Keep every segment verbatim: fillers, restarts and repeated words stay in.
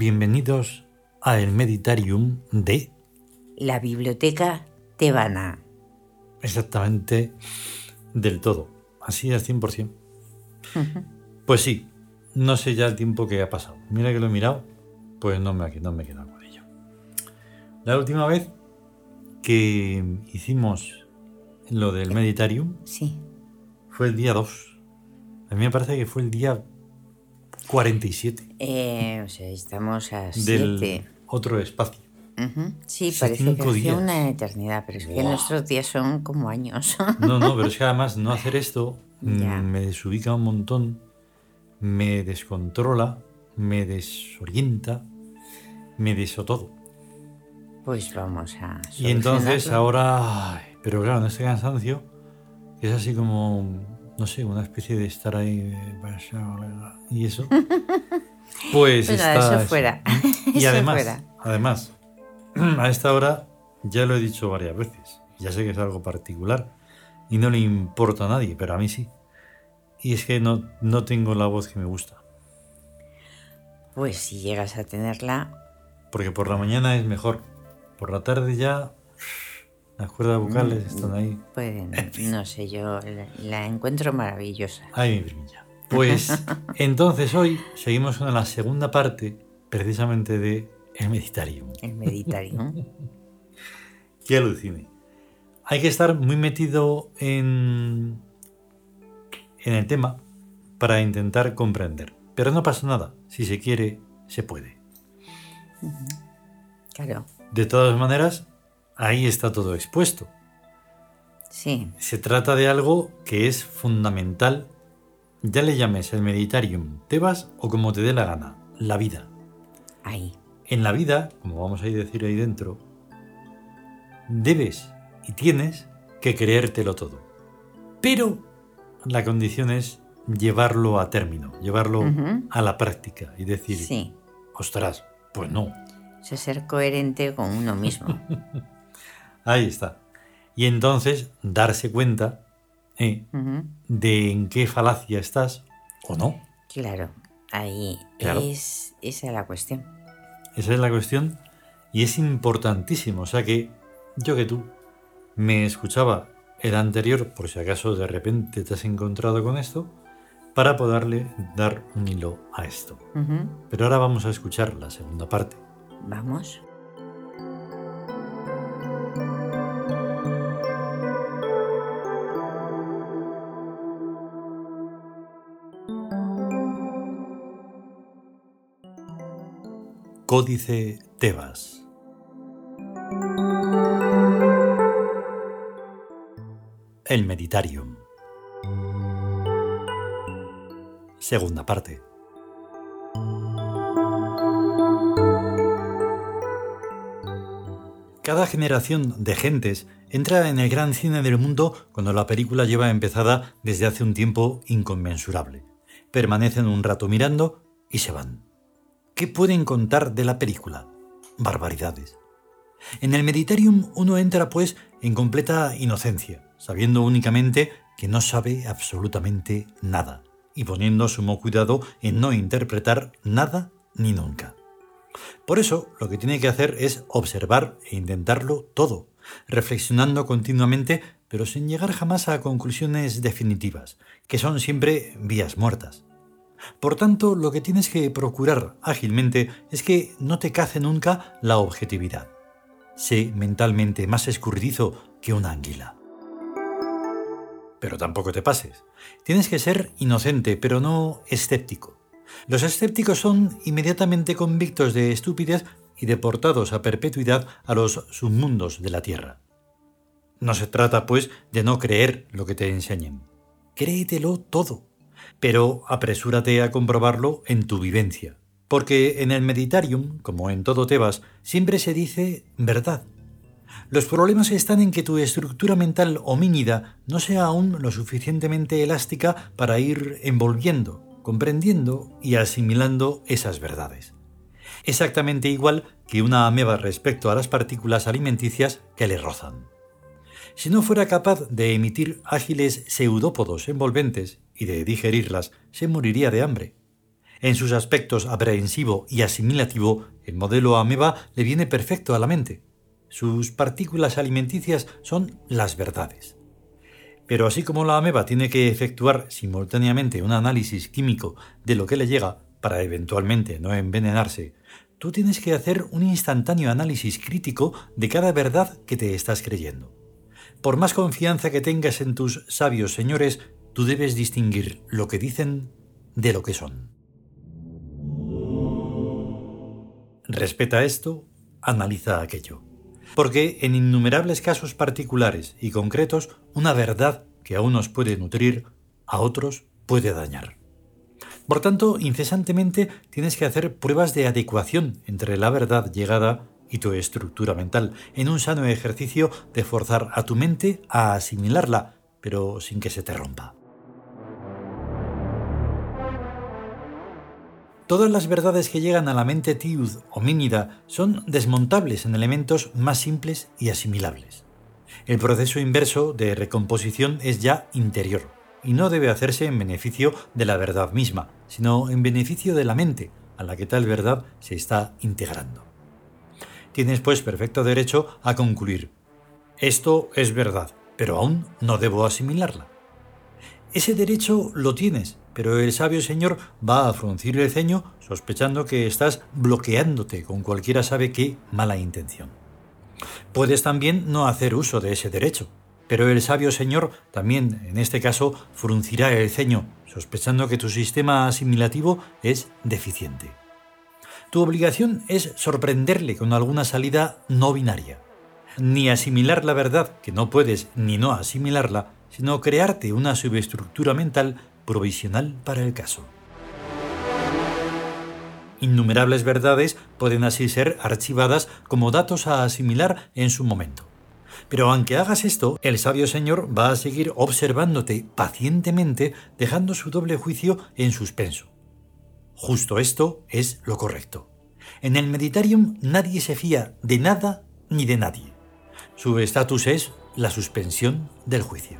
bienvenidos a el Meditarium de la Biblioteca Tebana. Exactamente del todo, así al cien por ciento. Uh-huh. Pues sí, no sé ya el tiempo que ha pasado. Mira que lo he mirado, pues no me, no me he quedado con ello. La última vez que hicimos lo del Meditarium sí. fue el día dos. A mí me parece que fue el día cuarenta y siete. Eh, o sea, estamos a del siete. Otro espacio. Uh-huh. Sí, Hace parece que cinco hace días. una eternidad, pero es Wow. que nuestros días son como años. No, no, pero es que además no hacer esto Ya. me desubica un montón, me descontrola, me desorienta, me deso todo. Pues vamos a Y entonces solucionarlo. ahora, ay, pero claro, en este cansancio es así como, no sé, una especie de estar ahí eh, y eso. Pues Pues nada, está eso fuera. Y Eso además, fuera. además, a esta hora ya lo he dicho varias veces. Ya sé que es algo particular y no le importa a nadie, pero a mí sí. Y es que no, no tengo la voz que me gusta. Pues si llegas a tenerla, Porque por la mañana es mejor. Por la tarde ya las cuerdas vocales mm, están ahí. pueden, no sé, yo la, la encuentro maravillosa. Ay, mi primilla. Pues entonces hoy seguimos con la segunda parte, precisamente de El Meditarium. El Meditarium. Qué alucine. Hay que estar muy metido en, en el tema para intentar comprender. Pero no pasa nada. Si se quiere, se puede. Claro. De todas maneras, ahí está todo expuesto. Sí. Se trata de algo que es fundamental. Ya le llames el Meditarium, Tebas o como te dé la gana. La vida. Ahí. En la vida, como vamos a decir ahí dentro, debes y tienes que creértelo todo. Pero la condición es llevarlo a término, llevarlo Uh-huh. a la práctica y decir, Sí. ostras, pues no. O sea, ser coherente con uno mismo. Ahí está. Y entonces darse cuenta eh, Uh-huh. de en qué falacia estás o no. Claro, ahí Claro. es esa es la cuestión. Esa es la cuestión y es importantísimo. O sea que yo que tú me escuchaba el anterior, por si acaso de repente te has encontrado con esto, para poderle dar un hilo a esto. Uh-huh. Pero ahora vamos a escuchar la segunda parte. Vamos. Códice Tebas. El Meditarium. Segunda parte. Cada generación de gentes entra en el gran cine del mundo cuando la película lleva empezada desde hace un tiempo inconmensurable. Permanecen un rato mirando y se van. ¿Qué pueden contar de la película? Barbaridades. En el Meditarium uno entra pues en completa inocencia, sabiendo únicamente que no sabe absolutamente nada y poniendo sumo cuidado en no interpretar nada ni nunca. Por eso lo que tiene que hacer es observar e intentarlo todo, reflexionando continuamente pero sin llegar jamás a conclusiones definitivas, que son siempre vías muertas. Por tanto, lo que tienes que procurar ágilmente es que no te cace nunca la objetividad. Sé mentalmente más escurridizo que una anguila. Pero tampoco te pases. Tienes que ser inocente, pero no escéptico. Los escépticos son inmediatamente convictos de estupidez y deportados a perpetuidad a los submundos de la tierra. No se trata, pues, de no creer lo que te enseñen. Créetelo todo. Pero apresúrate a comprobarlo en tu vivencia, porque en el Meditarium, como en todo Tebas, siempre se dice verdad. Los problemas están en que tu estructura mental homínida no sea aún lo suficientemente elástica para ir envolviendo, comprendiendo y asimilando esas verdades. Exactamente igual que una ameba respecto a las partículas alimenticias que le rozan. Si no fuera capaz de emitir ágiles pseudópodos envolventes y de digerirlas, se moriría de hambre. En sus aspectos aprehensivo y asimilativo, el modelo ameba le viene perfecto a la mente. Sus partículas alimenticias son las verdades. Pero así como la ameba tiene que efectuar simultáneamente un análisis químico de lo que le llega para eventualmente no envenenarse, tú tienes que hacer un instantáneo análisis crítico de cada verdad que te estás creyendo. Por más confianza que tengas en tus sabios señores, tú debes distinguir lo que dicen de lo que son. Respeta esto, analiza aquello. Porque en innumerables casos particulares y concretos, una verdad que a unos puede nutrir, a otros puede dañar. Por tanto, incesantemente tienes que hacer pruebas de adecuación entre la verdad llegada y tu estructura mental, en un sano ejercicio de forzar a tu mente a asimilarla, pero sin que se te rompa. Todas las verdades que llegan a la mente tiud homínida son desmontables en elementos más simples y asimilables. El proceso inverso de recomposición es ya interior y no debe hacerse en beneficio de la verdad misma, sino en beneficio de la mente a la que tal verdad se está integrando. Tienes pues perfecto derecho a concluir: esto es verdad, pero aún no debo asimilarla. Ese derecho lo tienes, pero el sabio señor va a fruncir el ceño sospechando que estás bloqueándote con cualquiera sabe qué mala intención. Puedes también no hacer uso de ese derecho, pero el sabio señor también, en este caso, fruncirá el ceño sospechando que tu sistema asimilativo es deficiente. Tu obligación es sorprenderle con alguna salida no binaria. Ni asimilar la verdad, que no puedes ni no asimilarla, sino crearte una subestructura mental provisional para el caso. Innumerables verdades pueden así ser archivadas como datos a asimilar en su momento. Pero aunque hagas esto, el sabio señor va a seguir observándote pacientemente, dejando su doble juicio en suspenso. Justo esto es lo correcto. En el Meditarium nadie se fía de nada ni de nadie. Su estatus es la suspensión del juicio.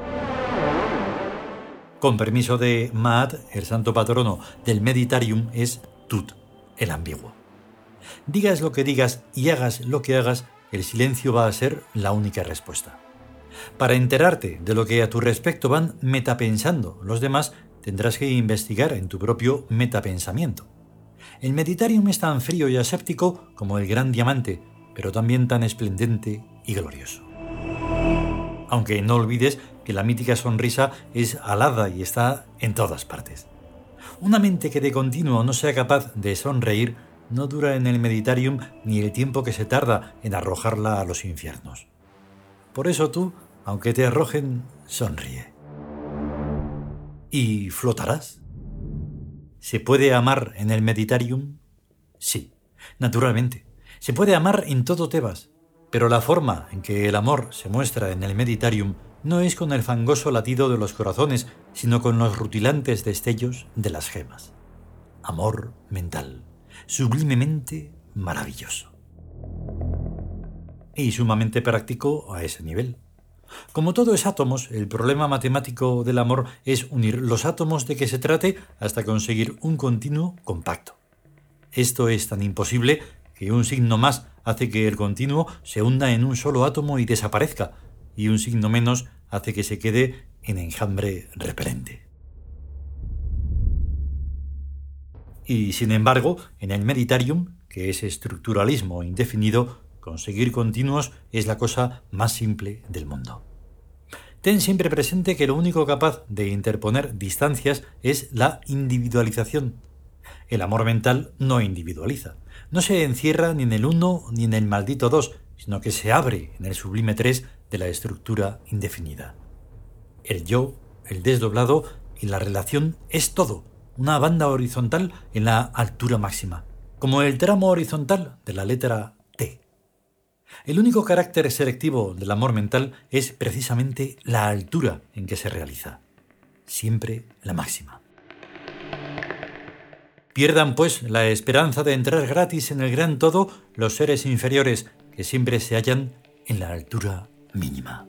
Con permiso de Maat, el santo patrono del Meditarium es Tut, el ambiguo. Digas lo que digas y hagas lo que hagas, el silencio va a ser la única respuesta. Para enterarte de lo que a tu respecto van metapensando los demás, tendrás que investigar en tu propio metapensamiento. El Meditarium es tan frío y aséptico como el gran diamante, pero también tan esplendente y glorioso. Aunque no olvides que la mítica sonrisa es alada y está en todas partes. Una mente que de continuo no sea capaz de sonreír no dura en el Meditarium ni el tiempo que se tarda en arrojarla a los infiernos. Por eso tú, aunque te arrojen, sonríe. ¿Y flotarás? ¿Se puede amar en el Meditarium? Sí, naturalmente. Se puede amar en todo Tebas, pero la forma en que el amor se muestra en el Meditarium no es con el fangoso latido de los corazones, sino con los rutilantes destellos de las gemas. Amor mental, sublimemente maravilloso. Y sumamente práctico a ese nivel. Como todo es átomos, el problema matemático del amor es unir los átomos de que se trate hasta conseguir un continuo compacto. Esto es tan imposible que un signo más hace que el continuo se hunda en un solo átomo y desaparezca, y un signo menos hace que se quede en enjambre repelente. Y sin embargo, en el Meditarium, que es estructuralismo indefinido, conseguir continuos es la cosa más simple del mundo. Ten siempre presente que lo único capaz de interponer distancias es la individualización. El amor mental no individualiza. No se encierra ni en el uno ni en el maldito dos, sino que se abre en el sublime tres de la estructura indefinida. El yo, el desdoblado y la relación es todo, una banda horizontal en la altura máxima, como el tramo horizontal de la letra T. El único carácter selectivo del amor mental es precisamente la altura en que se realiza, siempre la máxima. Pierdan, pues, la esperanza de entrar gratis en el gran todo los seres inferiores que siempre se hallan en la altura mínima.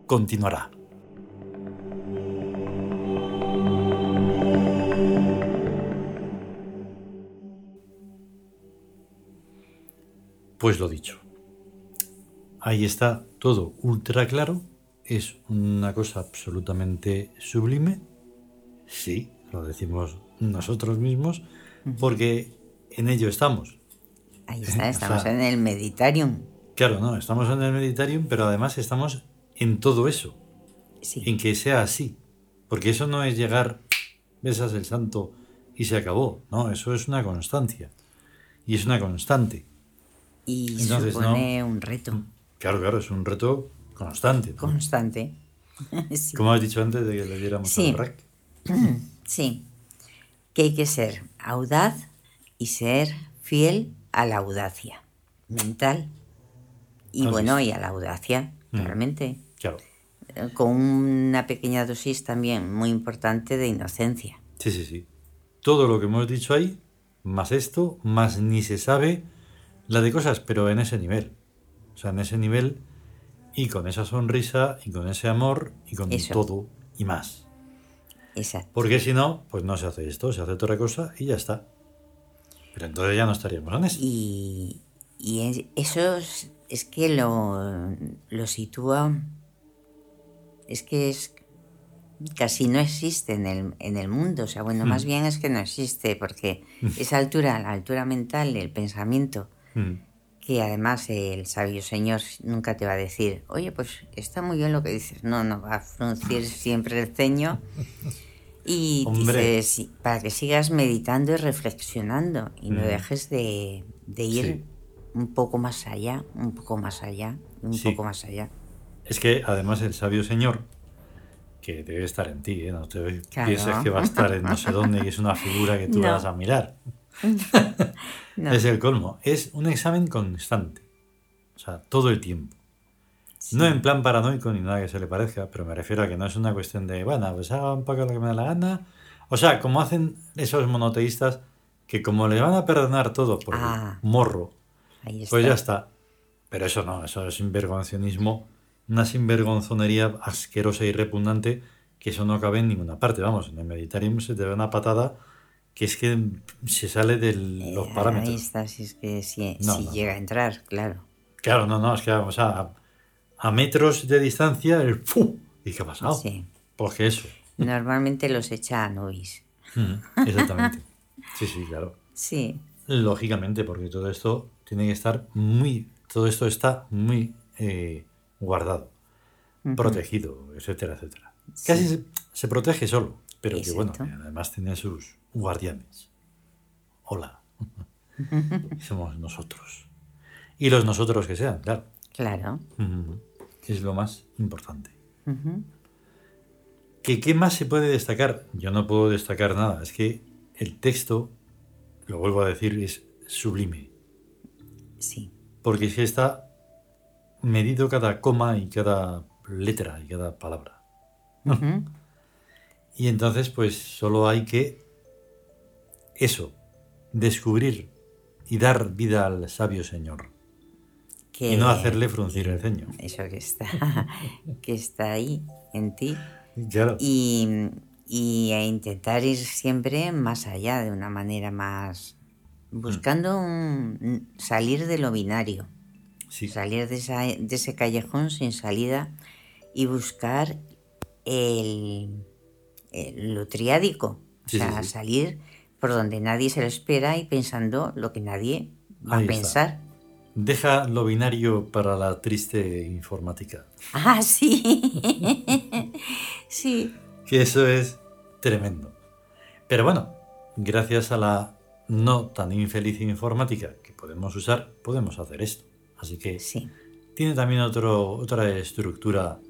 continuará. Pues lo dicho. Ahí está todo ultra claro. Es una cosa absolutamente sublime. Sí, lo decimos nosotros mismos, porque en ello estamos. Ahí está, O estamos sea, en el Meditarium. Claro, no, estamos en el Meditarium, pero además estamos en todo eso. Sí. En que sea así. Porque eso no es llegar, besas el santo y se acabó. No, eso es una constancia. Y es una constante. Y Entonces, supone no, un reto Claro, claro, es un reto constante, ¿no? constante. Sí. Como has dicho antes de que le diéramos Sí. al rack. Sí, que hay que ser audaz y ser fiel a la audacia mental y ¿Has bueno, visto? y a la audacia, Mm. realmente, Claro. eh, con una pequeña dosis también muy importante de inocencia. Sí, sí, sí. Todo lo que hemos dicho ahí, más esto, más ni se sabe la de cosas, pero en ese nivel. O sea, en ese nivel y con esa sonrisa y con ese amor y con Eso. todo y más. Exacto. Porque si no, pues no se hace esto, se hace otra cosa y ya está. Pero entonces ya no estaríamos en esto. Y, y es- eso es, es que lo, lo sitúa, es que es casi no existe en el, en el mundo. O sea, bueno, Mm. más bien es que no existe, porque esa altura, la altura mental, el pensamiento, Mm. que además el sabio señor nunca te va a decir, oye, pues está muy bien lo que dices. No, no, va a fruncir siempre el ceño y Hombre. dices, sí, para que sigas meditando y reflexionando y no Mm. dejes de, de ir Sí. un poco más allá, un poco más allá, un Sí. poco más allá. Es que además el sabio señor, que debe estar en ti, ¿eh? No te Claro. pienses que va a estar en no sé dónde y es una figura que tú No. vas a mirar. No. Es el colmo. Es un examen constante. O sea, todo el tiempo. Sí. No en plan paranoico ni nada que se le parezca, pero me refiero a que no es una cuestión de, bueno, pues haga un poco lo que me da la gana. O sea, como hacen esos monoteístas que como le van a perdonar todo por Ah. el morro, Ahí está. pues ya está. Pero eso no, eso es sinvergoncionismo, una sinvergonzonería asquerosa y repugnante que eso no cabe en ninguna parte. Vamos, en el Meditarium se te da una patada que es que se sale de los Eh, parámetros. Ahí está, si es que si, No, si no, llega no. a entrar, claro. Claro, no, no, es que vamos a, a metros de distancia, el ¡fu! ¿Y qué ha pasado? Sí. Pues que eso. Normalmente los echa a Nubis. Mm, exactamente. Sí, sí, claro. Sí. Lógicamente, porque todo esto tiene que estar muy, todo esto está muy eh, guardado, Ujú. protegido, etcétera, etcétera. Sí. Casi se, se protege solo, pero que bueno, Exacto. que además tiene sus guardianes. Hola. Somos nosotros. Y los nosotros que sean, claro. Claro. Ujú. Es lo más importante. Ujú. ¿Qué, ¿Qué más se puede destacar? Yo no puedo destacar nada. Es que el texto, lo vuelvo a decir, es sublime. Sí. Porque es que está medido cada coma y cada letra y cada palabra. Ujú. Y entonces, pues solo hay que eso, descubrir y dar vida al sabio señor. Que, Y no hacerle fruncir el ceño. Eso que está, que está ahí en ti. Claro. Y, y a intentar ir siempre más allá, de una manera más... Buscando un, salir de lo binario. Sí. Salir de, esa, de ese callejón sin salida y buscar el, el- lo triádico. O Sí, sí, sea, sí. salir por donde nadie se lo espera y pensando lo que nadie va Ahí a está. pensar. Deja lo binario para la triste informática. Ah, sí. Sí. Que eso es tremendo. Pero bueno, gracias a la no tan infeliz informática que podemos usar, podemos hacer esto. Así que Sí. tiene también otro, otra estructura,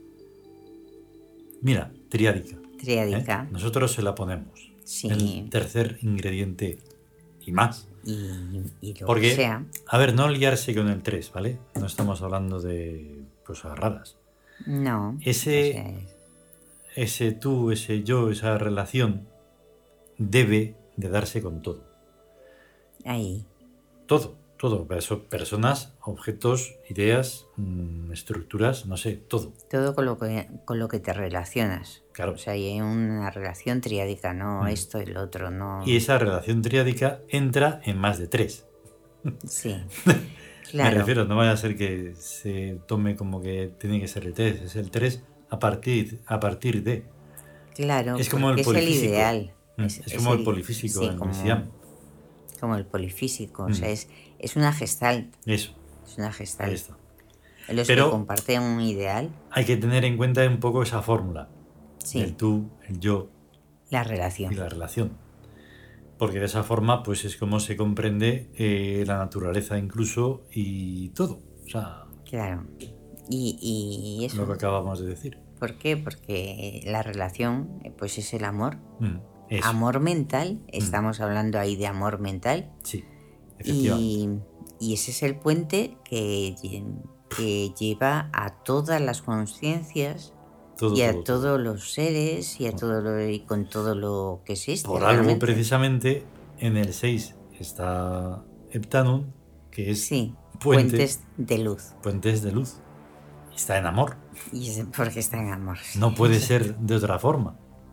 mira, triádica. Triádica. ¿eh? Nosotros se la ponemos. Sí. El tercer ingrediente y más. Y, y lo Porque, que sea. a ver, no liarse con el tres, ¿vale? No estamos hablando de cosas raras. No. Ese, o sea, es- ese tú, ese yo, esa relación debe de darse con todo. ahí. Todo. todo. Perso- personas, objetos, ideas, mmm, estructuras, no sé, todo. Todo con lo que, con lo que te relacionas. Claro. O sea, hay una relación triádica, no Mm. esto y lo otro, no... Y esa relación triádica entra en más de tres. Sí, Me claro, refiero, no vaya a ser que se tome como que tiene que ser el tres, es el tres a partir, a partir de. claro, Es como el porque es el polifísico. ideal. Mm, Es, Es es como el el- polifísico sí, en como, el Siam. como el polifísico. O Mm. sea, es, es una gestalt. Eso, Es una ahí gestalt. está. Los Pero- que comparten un ideal, Hay que tener en cuenta un poco esa fórmula sí, del tú, el yo la y relación. la relación. Porque de esa forma, pues es como se comprende eh, la naturaleza incluso y todo. O sea, Claro. Y, y eso. lo que acabamos de decir. ¿Por qué? Porque la relación, eh, pues es el amor. Mm, eso, Amor mental, estamos hablando ahí de amor mental. sí, efectivamente. Y, y ese es el puente que, lle- que lleva a todas las conciencias Todo, y a todo, todos todo. los seres y a todo lo, y con todo lo que existe. Por algo, realmente. precisamente, en el seis está Heptanum, que es Sí, puente, puentes de luz. puentes de luz. Y está en amor. Y es porque está en amor. No puede ser de otra forma.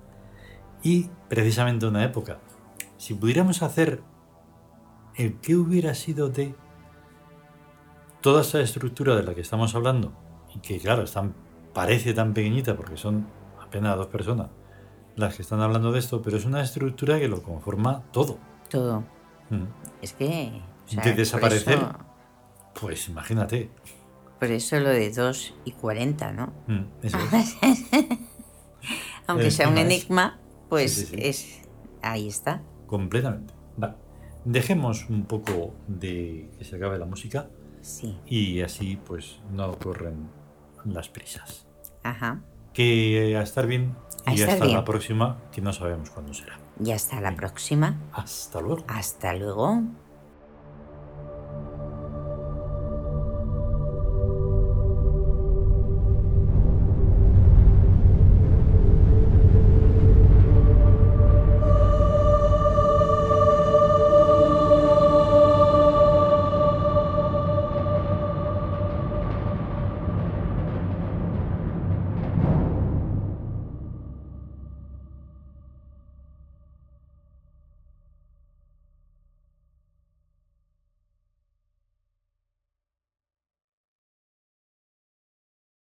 Y precisamente una época. Si pudiéramos hacer el que hubiera sido de toda esa estructura de la que estamos hablando, y que claro, es tan- parece tan pequeñita porque son apenas dos personas las que están hablando de esto, pero es una estructura que lo conforma todo. Todo. Mm. Es que... o sea, De por desaparecer. eso- Pues imagínate. Por eso lo de dos y cuarenta, ¿no? Mm, eso es. Aunque El sea un tema es- enigma, pues Sí, sí, sí. es ahí está. Completamente. Vale. Dejemos un poco de que se acabe la música Sí. y así pues no corren las prisas. Ajá. Que a estar bien A y estar hasta bien. la próxima, que no sabemos cuándo será. Y hasta la próxima. Hasta luego. Hasta luego.